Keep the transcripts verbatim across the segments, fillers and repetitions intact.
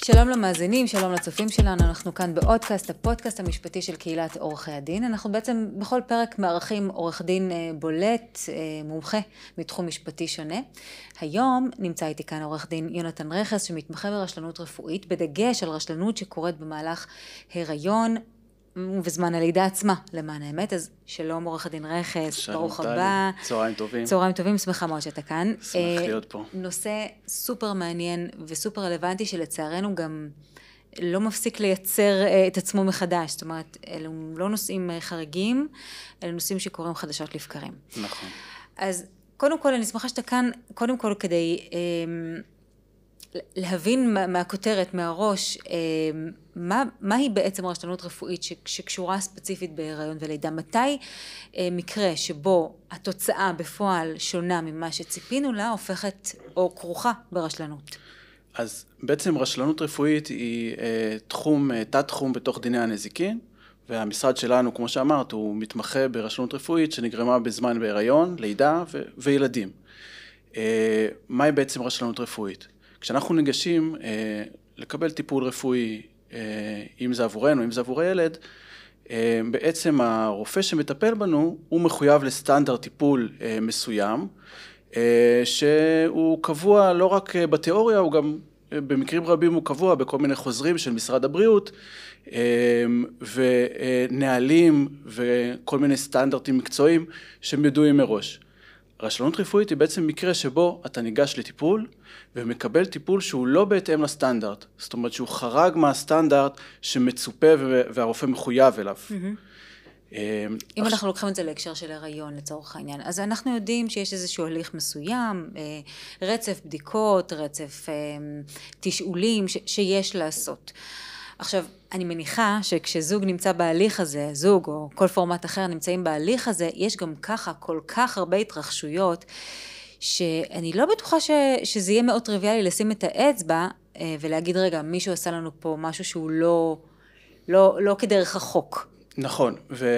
שלום למאזינים, שלום לצופים שלנו, אנחנו כאן באודקאסט, הפודקאסט המשפטי של קהילת עורכי הדין. אנחנו בעצם בכל פרק מארחים עורך דין בולט, מומחה מתחום משפטי שונה. היום נמצא איתי כאן עורך דין יונתן רכס, שמתמחה ברשלנות רפואית, בדגש על רשלנות שקורית במהלך הריון ובזמן הלידה עצמה, למען האמת. אז שלום עורך דין רכס, ברוך הבא. צהריים טובים. צהריים טובים, שמחה מאוד שאתה כאן. שמח להיות פה. נושא סופר מעניין וסופר רלוונטי, שלצערנו גם לא מפסיק לייצר את עצמו מחדש. זאת אומרת, אלו לא נושאים חריגים, אלו נושאים שקורים חדשות לבקרים. נכון. אז קודם כל, אני שמחה שאתה כאן, קודם כל כדי להבין מהכותרת, מהראש, מה, מהי בעצם רשלנות רפואית שקשורה ספציפית בהיריון ולידה? מתי מקרה שבו התוצאה בפועל שונה ממה שציפינו לה, הופכת או כרוכה ברשלנות? אז בעצם רשלנות רפואית היא תחום, תת תחום בתוך דיני הנזיקין, והמשרד שלנו, כמו שאמרת, הוא מתמחה ברשלנות רפואית שנגרמה בזמן בהיריון, לידה ו- וילדים. מהי בעצם רשלנות רפואית? כשאנחנו ניגשים אה, לקבל טיפול רפואי, אה, אם זה עבורנו, אם זה עבור הילד, אה, בעצם הרופא שמטפל בנו, הוא מחויב לסטנדרט טיפול אה, מסוים, אה, שהוא קבוע לא רק בתיאוריה, הוא גם אה, במקרים רבים הוא קבוע בכל מיני חוזרים של משרד הבריאות, אה, ונהלים וכל מיני סטנדרטים מקצועיים שהם ידועים מראש. רשלנות רפואית היא בעצם מקרה שבו אתה ניגש לטיפול ומקבל טיפול שהוא לא בהתאם לסטנדרט. זאת אומרת שהוא חרג מהסטנדרט שמצופה והרופא מחויב אליו. אם אנחנו לוקחים את זה להקשר של הריון לצורך העניין, אז אנחנו יודעים שיש איזשהו הליך מסוים, רצף בדיקות, רצף תשאולים שיש לעשות. עכשיו, אני מניחה שכשזוג נמצא בהליך הזה, זוג או כל פורמט אחר נמצאים בהליך הזה, יש גם ככה כל כך הרבה התרחשויות, שאני לא בטוחה ש, שזה יהיה מאוד טריוויאלי לשים את האצבע, ולהגיד רגע, מישהו עשה לנו פה משהו שהוא לא, לא, לא כדרך החוק. נכון,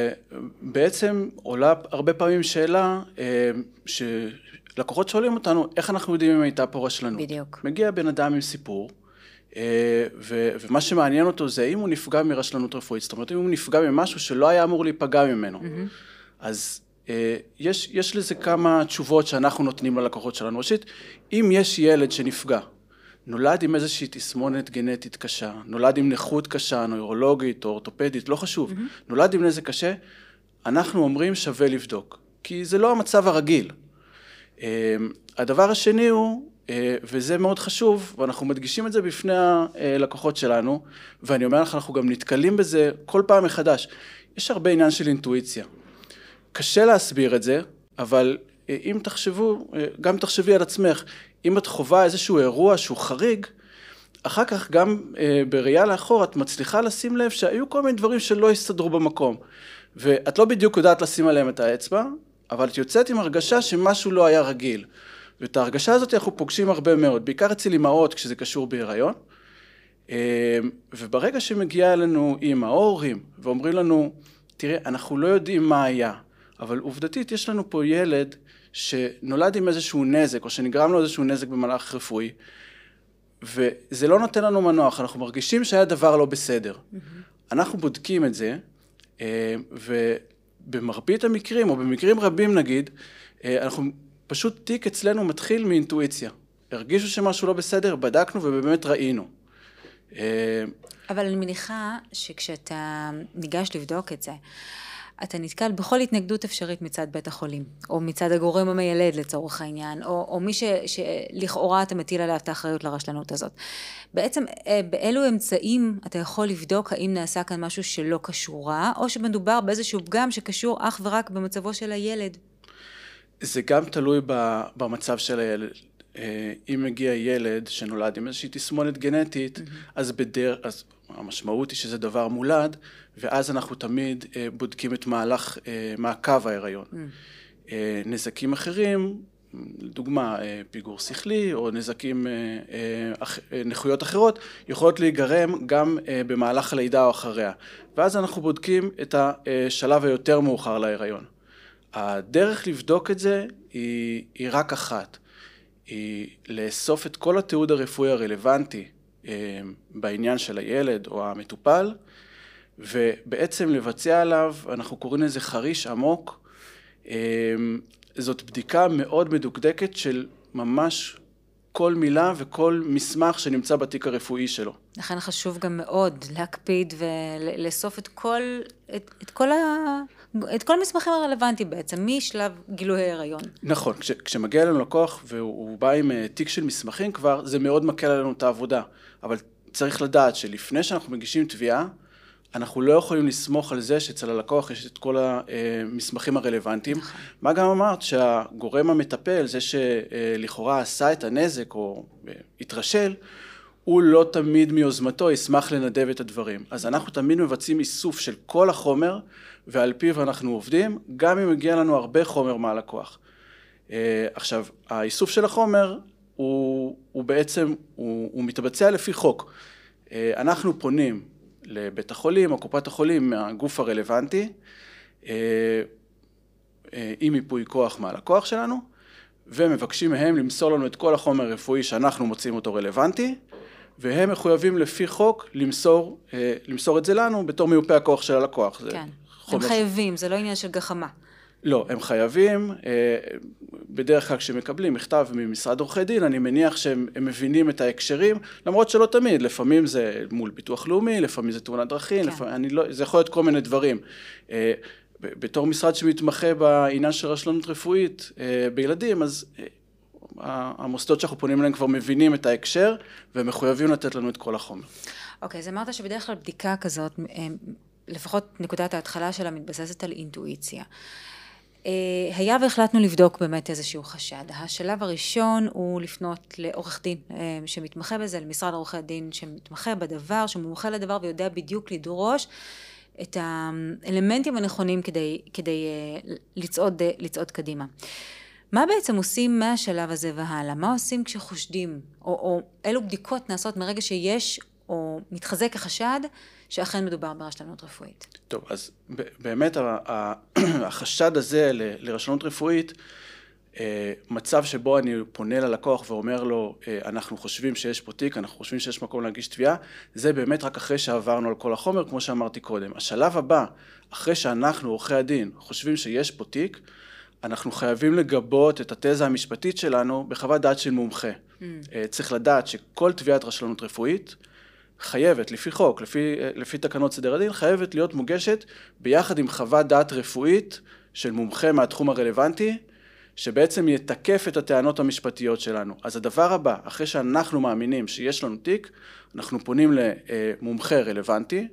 ובעצם עולה הרבה פעמים שאלה, שלקוחות שואלים אותנו, איך אנחנו יודעים אם הייתה פה רשלנות? בדיוק. מגיע בן אדם עם סיפור, ומה שמעניין אותו זה אם הוא נפגע מרשלנות רפואית, זאת אומרת אם הוא נפגע ממשהו שלא היה אמור להיפגע ממנו. אז יש, יש לזה כמה תשובות שאנחנו נותנים ללקוחות שלנו. ראשית, אם יש ילד שנפגע, נולד עם איזושהי תסמונת גנטית קשה, נולד עם נכות קשה, נוירולוגית או אורתופדית, לא חשוב, נולד עם נזק קשה, אנחנו אומרים שווה לבדוק, כי זה לא המצב הרגיל. הדבר השני הוא, וזה מאוד חשוב, ואנחנו מדגישים את זה בפני הלקוחות שלנו, ואני אומר לך, אנחנו גם נתקלים בזה כל פעם מחדש. יש הרבה עניין של אינטואיציה. קשה להסביר את זה, אבל אם תחשבו, גם תחשבי על עצמך, אם את חובה איזשהו אירוע שהוא חריג, אחר כך גם בראייה לאחור, את מצליחה לשים לב שהיו כל מיני דברים שלא הסתדרו במקום. ואת לא בדיוק יודעת לשים עליהם את האצבע, אבל את יוצאת עם הרגשה שמשהו לא היה רגיל. ואת ההרגשה הזאת אנחנו פוגשים הרבה מאוד, בעיקר אצל אמהות כשזה קשור בהיריון. וברגע שמגיעה אלינו אמא או הורים ואומרים לנו, תראה, אנחנו לא יודעים מה היה, אבל עובדתית יש לנו פה ילד שנולד עם איזשהו נזק, או שנגרם לו איזשהו נזק במהלך רפואי, וזה לא נותן לנו מנוח, אנחנו מרגישים שהיה דבר לא בסדר. Mm-hmm. אנחנו בודקים את זה, ובמרבית המקרים, או במקרים רבים נגיד, אנחנו פשוט תיק אצלנו מתחיל מאינטואיציה. הרגישו שמשהו לא בסדר, בדקנו ובאמת ראינו. אבל אני מניחה שכשאתה ניגש לבדוק את זה, אתה נתקל בכל התנגדות אפשרית מצד בית החולים, או מצד הגורם המיילד לצורך העניין, או, או מי ש, שלכאורה אתה מטיל עליו את האחריות לרשלנות הזאת. בעצם באילו אמצעים אתה יכול לבדוק האם נעשה כאן משהו שלא קשורה, או שמדובר באיזשהו פגם שקשור אך ורק במצבו של הילד? זה גם תלוי במצב של הילד. אם מגיע ילד שנולד עם איזושהי תסמונת גנטית, mm-hmm. אז בדרך, אז המשמעות היא שזה דבר מולד, ואז אנחנו תמיד בודקים את מהלך, מעקב ההיריון. Mm-hmm. נזקים אחרים, לדוגמה, פיגור שכלי, או נזקים, נכויות אחרות, יכולות להיגרם גם במהלך הלידה או אחריה. ואז אנחנו בודקים את השלב היותר מאוחר להיריון. הדרך לבדוק את זה היא, היא רק אחת. היא לאסוף את כל התיעוד הרפואי הרלוונטי בעניין של הילד או המטופל, ובעצם לבצע עליו, אנחנו קוראים לזה חריש עמוק, זאת בדיקה מאוד מדוקדקת של ממש כל מילה וכל מסמך שנמצא בתיק הרפואי שלו. לכן חשוב גם מאוד להקפיד ולאסוף את כל, את, את כל ה... את כל המסמכים הרלוונטיים בעצם, משלב גילוי ההיריון. נכון, כש, כשמגיע אלינו לקוח והוא בא עם תיק של מסמכים כבר, זה מאוד מקל עלינו את העבודה. אבל צריך לדעת שלפני שאנחנו מגישים תביעה, אנחנו לא יכולים לסמוך על זה שאצל הלקוח יש את כל המסמכים הרלוונטיים. נכון. מה גם אמרת שהגורם המטפל, זה שלכאורה עשה את הנזק או התרשל, הוא לא תמיד מיוזמתו ישמח לנדב את הדברים. אז אנחנו תמיד מבצעים איסוף של כל החומר, ועל פיו אנחנו עובדים, גם אם מגיע לנו הרבה חומר מהלקוח. עכשיו, האיסוף של החומר הוא, הוא בעצם, הוא, הוא מתבצע לפי חוק. אנחנו פונים לבית החולים או קופת החולים מהגוף הרלוונטי, עם מיפוי כוח מהלקוח שלנו, ומבקשים מהם למסור לנו את כל החומר הרפואי שאנחנו מוצאים אותו רלוונטי, והם מחויבים לפי חוק למסור, למסור את זה לנו בתור מיופה הכוח של הלקוח. כן, הם חייבים, זה לא עניין של גחמה. לא, הם חייבים, בדרך כלל כשמקבלים מכתב ממשרד עורכי דין, אני מניח שהם מבינים את ההקשרים, למרות שלא תמיד, לפעמים זה מול ביטוח לאומי, לפעמים זה תאונת דרכים, כן. לפעמים, אני לא, זה יכול להיות כל מיני דברים. בתור משרד שמתמחה בעניין של רשלנות רפואית בילדים, אז המוסדות שאנחנו פונים אליהם כבר מבינים את ההקשר, והם מחויבים לתת לנו את כל החומר. אוקיי, אז אמרת שבדרך כלל בדיקה כזאת, לפחות נקודת ההתחלה שלה מתבססת על אינטואיציה. היה והחלטנו לבדוק באמת איזשהו חשד. השלב הראשון הוא לפנות לעורך דין שמתמחה בזה, למשרד עורכי דין שמתמחה בדבר, שמומחה לדבר ויודע בדיוק לדרוש את האלמנטים הנכונים כדי, כדי לצעוד, לצעוד קדימה. מה בעצם עושים מהשלב הזה והלאה? מה עושים כשחושדים? או, או אילו בדיקות נעשות מרגע שיש או מתחזק החשד שאכן מדובר ברשלנות רפואית? טוב, אז באמת החשד הזה לרשלנות רפואית, מצב שבו אני פונה ללקוח ואומר לו, אנחנו חושבים שיש פה תיק, אנחנו חושבים שיש מקום להגיש תביעה, זה באמת רק אחרי שעברנו על כל החומר, כמו שאמרתי קודם. השלב הבא, אחרי שאנחנו, עורכי הדין, חושבים שיש פה תיק, אנחנו חייבים לגבות את התזה המשפטית שלנו בחוות דעת של מומחה. Mm. צריך לדעת שכל תביעת רשלנות רפואית חייבת, לפי חוק, לפי, לפי תקנות סדר הדין, חייבת להיות מוגשת ביחד עם חוות דעת רפואית של מומחה מהתחום הרלוונטי, שבעצם יתקף את הטענות המשפטיות שלנו. אז הדבר הבא, אחרי שאנחנו מאמינים שיש לנו תיק, אנחנו פונים למומחה רלוונטי,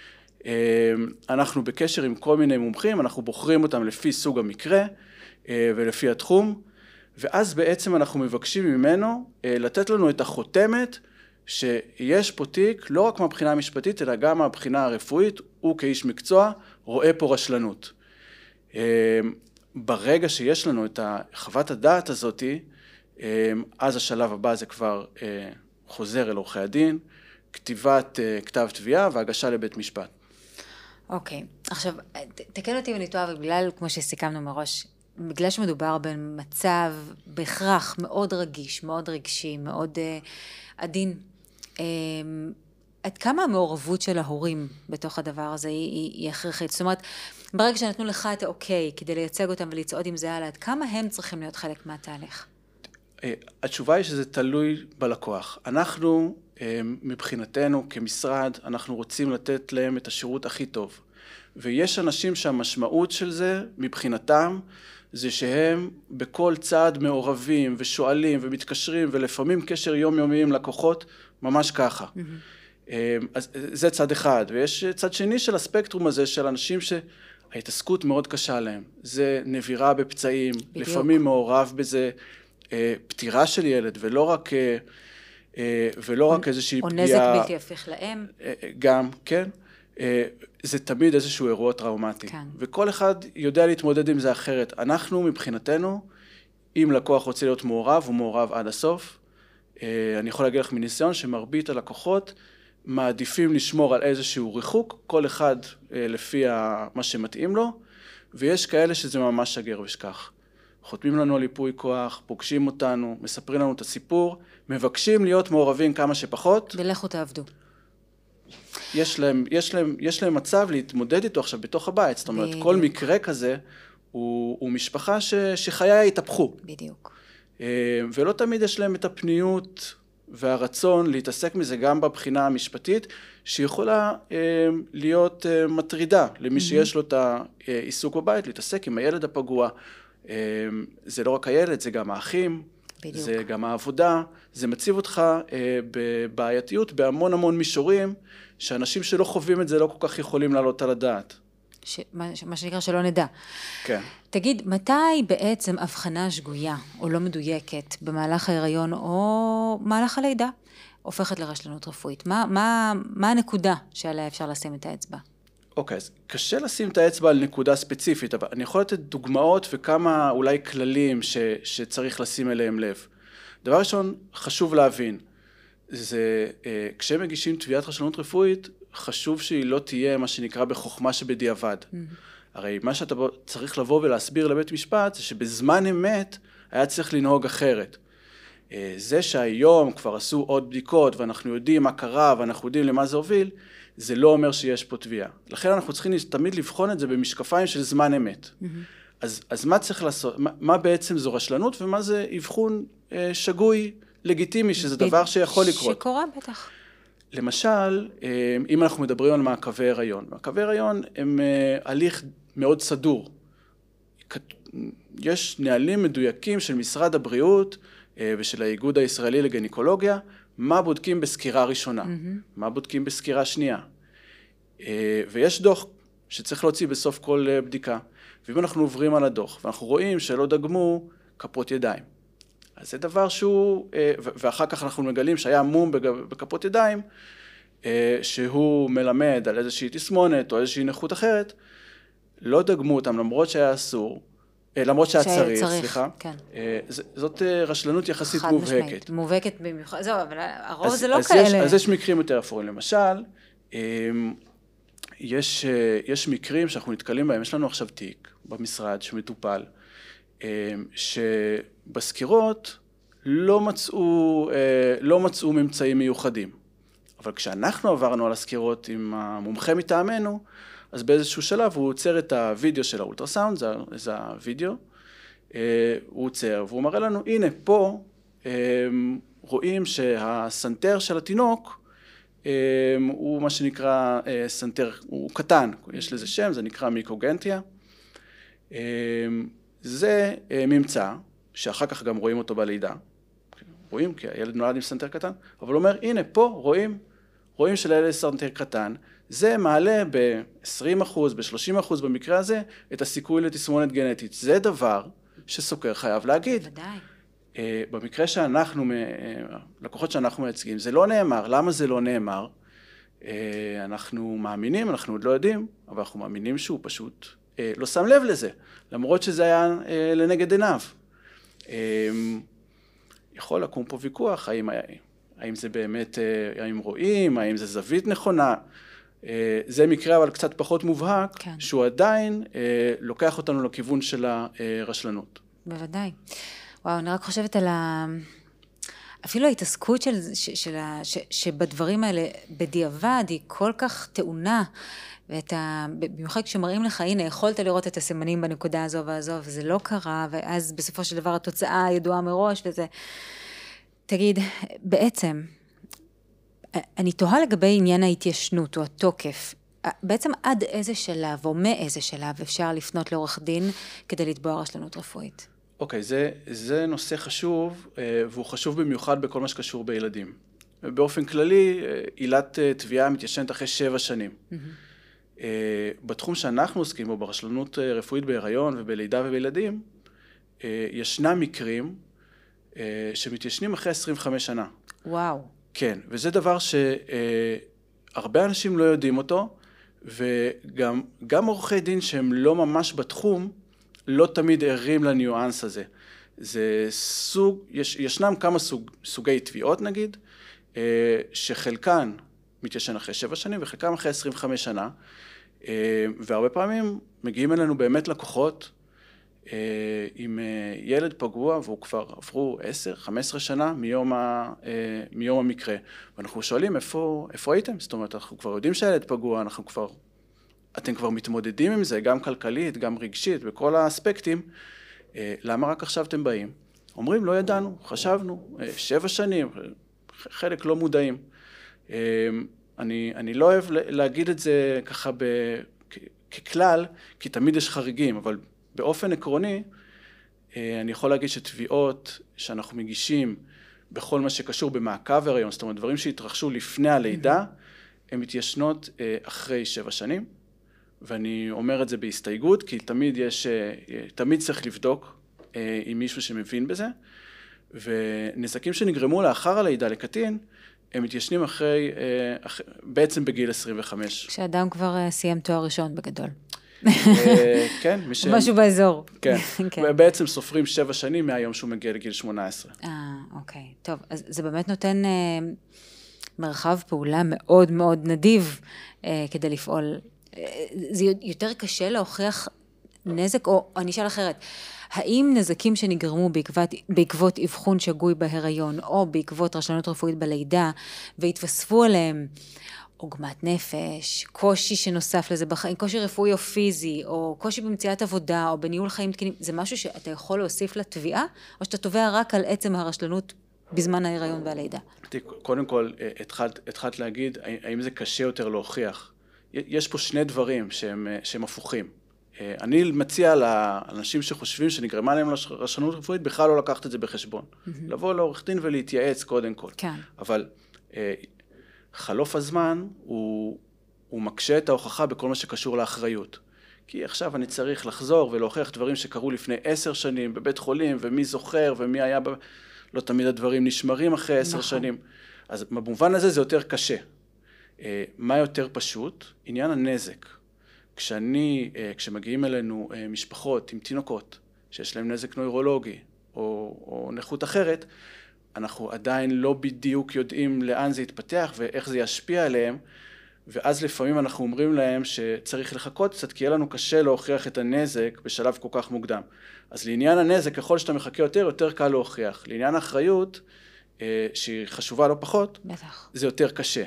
אנחנו בקשר עם כל מיני מומחים, אנחנו בוחרים אותם לפי סוג המקרה ולפי התחום, ואז בעצם אנחנו מבקשים ממנו לתת לנו את החותמת שיש פה תיק, לא רק מהבחינה המשפטית, אלא גם מהבחינה הרפואית, הוא כאיש מקצוע רואה פה רשלנות. ברגע שיש לנו את חוות הדעת הזאת, אז השלב הבא זה כבר חוזר אל עורכי הדין, כתיבת כתב תביעה והגשה לבית משפט. אוקיי, עכשיו תקן אותי אם אני טועה, ובגלל, כמו שסיכמנו מראש, בגלל שמדובר במצב בהכרח מאוד רגיש, מאוד רגשי, מאוד עדין, עד כמה המעורבות של ההורים בתוך הדבר הזה היא, היא הכרחית? זאת אומרת, ברגע שנתנו לך את האוקיי כדי לייצג אותם ולצעוד עם זה הלאה, עד כמה הם צריכים להיות חלק מהתהליך? התשובה היא שזה תלוי בלקוח. אנחנו, מבחינתנו כמשרד, אנחנו רוצים לתת להם את השירות הכי טוב. ויש אנשים שהמשמעות של זה, מבחינתם, זה שהם בכל צעד מעורבים ושואלים ומתקשרים, ולפעמים קשר יומיומי עם לקוחות, ממש ככה. Mm-hmm. אז זה צד אחד, ויש צד שני של הספקטרום הזה, של אנשים שההתעסקות מאוד קשה להם. זה נבירה בפצעים, בדיוק. לפעמים מעורב בזה פטירה של ילד, ולא רק, ולא רק איזושהי או פגיעה. או נזק בלתי הפיך להם. גם, כן. זה תמיד איזשהו אירוע טראומטי. כן. וכל אחד יודע להתמודד עם זה אחרת. אנחנו מבחינתנו, אם לקוח רוצה להיות מעורב, הוא מעורב עד הסוף. אני יכול להגיד לך מניסיון שמרבית הלקוחות מעדיפים לשמור על איזשהו ריחוק, כל אחד לפי מה שמתאים לו, ויש כאלה שזה ממש שגר ושכח. חותמים לנו על ייפוי כוח, פוגשים אותנו, מספרים לנו את הסיפור, מבקשים להיות מעורבים כמה שפחות. ולכו תעבדו. יש להם, יש להם, יש להם מצב להתמודד איתו עכשיו בתוך הבית, זאת אומרת, כל מקרה כזה הוא, הוא משפחה ש, שחייה התהפכו. בדיוק. ולא תמיד יש להם את הפניות והרצון להתעסק מזה גם בבחינה המשפטית, שיכולה להיות מטרידה למי שיש לו את העיסוק בבית, להתעסק עם הילד הפגוע. זה לא רק הילד, זה גם האחים, בדיוק. זה גם העבודה, זה מציב אותך בבעייתיות בהמון המון מישורים, שאנשים שלא חווים את זה לא כל כך יכולים לעלות על הדעת. ש... מה, מה שנקרא שלא נדע. כן. תגיד, מתי בעצם הבחנה שגויה או לא מדויקת במהלך ההיריון או מהלך הלידה הופכת לרשלנות רפואית? מה, מה, מה הנקודה שעליה אפשר לשים את האצבע? אוקיי, אז קשה לשים את האצבע על נקודה ספציפית, אבל אני יכול לתת דוגמאות וכמה אולי כללים ש, שצריך לשים אליהם לב. דבר ראשון, חשוב להבין, זה כשהם מגישים תביעת רשלנות רפואית, חשוב שהיא לא תהיה מה שנקרא בחוכמה שבדיעבד. Mm-hmm. הרי מה שאתה צריך לבוא ולהסביר לבית משפט, זה שבזמן אמת היה צריך לנהוג אחרת. זה שהיום כבר עשו עוד בדיקות, ואנחנו יודעים מה קרה, ואנחנו יודעים למה זה הוביל, זה לא אומר שיש פה תביעה. לכן אנחנו צריכים תמיד לבחון את זה במשקפיים של זמן אמת. Mm-hmm. אז, אז מה צריך לעשות? מה, מה בעצם זו רשלנות, ומה זה אבחון אה, שגוי, לגיטימי, שזה דבר שיכול לקרות. שקורה בטח. למשל, אם אנחנו מדברים על מעקבי הריון, מעקבי הריון הם הליך מאוד סדור. יש נהלים מדויקים של משרד הבריאות ושל האיגוד הישראלי לגניקולוגיה, מה בודקים בסקירה ראשונה, mm-hmm. מה בודקים בסקירה שנייה. ויש דוח שצריך להוציא בסוף כל בדיקה, ואם אנחנו עוברים על הדוח, ואנחנו רואים שלא דגמו כפות ידיים. אז זה דבר שהוא, ואחר כך אנחנו מגלים שהיה מום בכפות ידיים, שהוא מלמד על איזושהי תסמונת או איזושהי נכות אחרת, לא דגמו אותם למרות שהיה אסור, למרות שהיה צריך, סליחה. כן. זאת רשלנות יחסית מובהקת. חד משמעית, מובהקת במיוחד, זהו, אבל הרוב זה לא כאלה. אז יש מקרים יותר אפורים, למשל, יש, יש מקרים שאנחנו נתקלים בהם, יש לנו עכשיו תיק במשרד שמטופל, שבסקירות לא מצאו, לא מצאו ממצאים מיוחדים. אבל כשאנחנו עברנו על הסקירות עם המומחה מטעמנו, אז באיזשהו שלב הוא עוצר את הוידאו של האולטרסאונד, זה, זה הוידאו, הוא עוצר והוא מראה לנו, הנה פה רואים שהסנטר של התינוק הוא מה שנקרא סנטר, הוא קטן, יש לזה שם, זה נקרא מיקרוגנטיה. זה ממצא, שאחר כך גם רואים אותו בלידה. רואים, כי הילד נולד עם סנטר קטן, אבל הוא אומר, הנה, פה רואים, רואים שלילד סנטר קטן, זה מעלה ב-עשרים אחוז, ב-שלושים אחוז במקרה הזה, את הסיכוי לתסמונת גנטית. זה דבר שסוקר חייב להגיד. בוודאי. במקרה שאנחנו, לקוחות שאנחנו מייצגים, זה לא נאמר. למה זה לא נאמר? אנחנו מאמינים, אנחנו עוד לא יודעים, אבל אנחנו מאמינים שהוא פשוט לא שם לב לזה, למרות שזה היה לנגד עיניו. יכול לקום פה ויכוח, האם, האם זה באמת, האם רואים, האם זה זווית נכונה. זה מקרה אבל קצת פחות מובהק, כן. שהוא עדיין לוקח אותנו לכיוון של הרשלנות. בוודאי. וואו, אני רק חושבת על ה... אפילו ההתעסקות של, ש, של ה, ש, שבדברים האלה בדיעבד היא כל כך טעונה, ואת ה... במיוחד כשמראים לך, הנה, יכולת לראות את הסימנים בנקודה הזו והזו, וזה לא קרה, ואז בסופו של דבר התוצאה ידועה מראש, וזה... תגיד, בעצם, אני תוהה לגבי עניין ההתיישנות או התוקף, בעצם עד איזה שלב או מאיזה שלב אפשר לפנות לעורך דין כדי לתבוע רשלנות רפואית? אוקיי, זה, זה נושא חשוב, והוא חשוב במיוחד בכל מה שקשור בילדים. באופן כללי, עילת תביעה מתיישנת אחרי שבע שנים. Mm-hmm. בתחום שאנחנו עוסקים בו, ברשלנות רפואית בהיריון ובלידה ובילדים, ישנם מקרים שמתיישנים אחרי עשרים וחמש שנה. וואו. כן, וזה דבר שהרבה אנשים לא יודעים אותו, וגם גם עורכי דין שהם לא ממש בתחום, לא תמיד ערים לניואנס הזה. זה סוג, יש, ישנם כמה סוג, סוגי תביעות נגיד, שחלקן מתיישן אחרי שבע שנים וחלקם אחרי עשרים וחמש שנה, והרבה פעמים מגיעים אלינו באמת לקוחות עם ילד פגוע, והוא כבר עברו עשר, חמש עשרה שנה מיום, ה, מיום המקרה. ואנחנו שואלים איפה, איפה הייתם? זאת אומרת, אנחנו כבר יודעים שהילד פגוע, אנחנו כבר, אתם כבר מתמודדים עם זה, גם כלכלית, גם רגשית, בכל האספקטים. למה רק עכשיו אתם באים? אומרים, לא ידענו, חשבנו, שבע שנים, חלק לא מודעים. אני, אני לא אוהב להגיד את זה ככה ב, ככלל, כי תמיד יש חריגים, אבל באופן עקרוני, אני יכול להגיד שתביעות שאנחנו מגישים בכל מה שקשור במעקב הריון, זאת אומרת, דברים שהתרחשו לפני הלידה, הן מתיישנות אחרי שבע שנים, ואני אומר את זה בהסתייגות, כי תמיד יש, תמיד צריך לבדוק עם מישהו שמבין בזה, ונזקים שנגרמו לאחר הלידה לקטין, הם מתיישנים אחרי, בעצם בגיל עשרים וחמש. כשאדם כבר סיים תואר ראשון בגדול. כן. משהו באזור. כן, ובעצם סופרים שבע שנים מהיום שהוא מגיע לגיל שמונה עשרה. אה, אוקיי. טוב, אז זה באמת נותן מרחב פעולה מאוד מאוד נדיב כדי לפעול. זה יותר קשה להוכיח נזק, או אני אשאל אחרת, האם נזקים שנגרמו בעקבות, בעקבות אבחון שגוי בהיריון, או בעקבות רשלנות רפואית בלידה, והתווספו עליהם עוגמת נפש, קושי שנוסף לזה בחיים, קושי רפואי או פיזי, או קושי במציאת עבודה, או בניהול חיים תקינים, זה משהו שאתה יכול להוסיף לתביעה, או שאתה תובע רק על עצם הרשלנות בזמן ההיריון והלידה? קודם כל, התחלת, התחלת להגיד, האם זה קשה יותר להוכיח? יש פה שני דברים שהם, שהם הפוכים. אני מציע לאנשים שחושבים שנגרמה להם רשלנות רפואית, בכלל לא לקחת את זה בחשבון. לבוא לעורך דין ולהתייעץ קודם כל. כן. אבל חלוף הזמן הוא, הוא מקשה את ההוכחה בכל מה שקשור לאחריות. כי עכשיו אני צריך לחזור ולהוכיח דברים שקרו לפני עשר שנים בבית חולים, ומי זוכר ומי היה, ב... לא תמיד הדברים נשמרים אחרי עשר שנים. אז במובן הזה זה יותר קשה. מה יותר פשוט? עניין הנזק. כשאני, כשמגיעים אלינו משפחות עם תינוקות, שיש להם נזק נוירולוגי או, או נכות אחרת, אנחנו עדיין לא בדיוק יודעים לאן זה יתפתח ואיך זה ישפיע עליהם, ואז לפעמים אנחנו אומרים להם שצריך לחכות קצת, כי יהיה לנו קשה להוכיח את הנזק בשלב כל כך מוקדם. אז לעניין הנזק, ככל שאתה מחכה יותר, יותר קל להוכיח. לעניין האחריות, שהיא חשובה לא פחות, בטח. זה יותר קשה.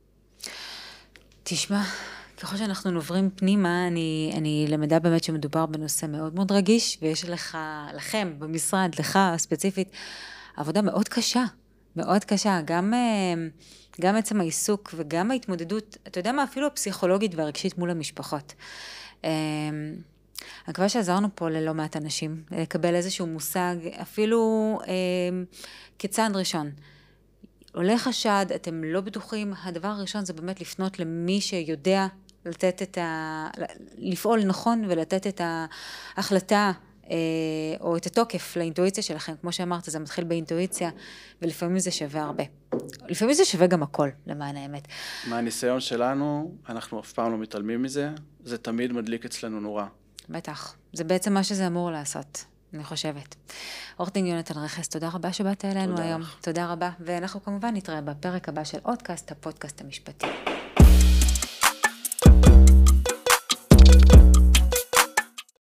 תשמע, ככל שאנחנו נוברים פנימה, אני, אני למדה באמת שמדובר בנושא מאוד מאוד רגיש, ויש לך, לכם, במשרד, לך ספציפית, עבודה מאוד קשה, מאוד קשה, גם, גם עצם העיסוק וגם ההתמודדות, אתה יודע מה, אפילו הפסיכולוגית והרגשית מול המשפחות. אני מקווה שעזרנו פה ללא מעט אנשים, לקבל איזשהו מושג, אפילו כצעד ראשון. עולה חשד, אתם לא בטוחים, הדבר הראשון זה באמת לפנות למי שיודע לתת את ה... לפעול נכון ולתת את ההחלטה או את התוקף לאינטואיציה שלכם. כמו שאמרת, זה מתחיל באינטואיציה, ולפעמים זה שווה הרבה. לפעמים זה שווה גם הכל, למען האמת. מהניסיון שלנו, אנחנו אף פעם לא מתעלמים מזה, זה תמיד מדליק אצלנו נורא. בטח. זה בעצם מה שזה אמור לעשות, אני חושבת. עורך דין יונתן רכס, תודה רבה שבאת אלינו היום. תודה רבה. ואנחנו כמובן נתראה בפרק הבא של אודקאסט, הפודקאסט המשפטי.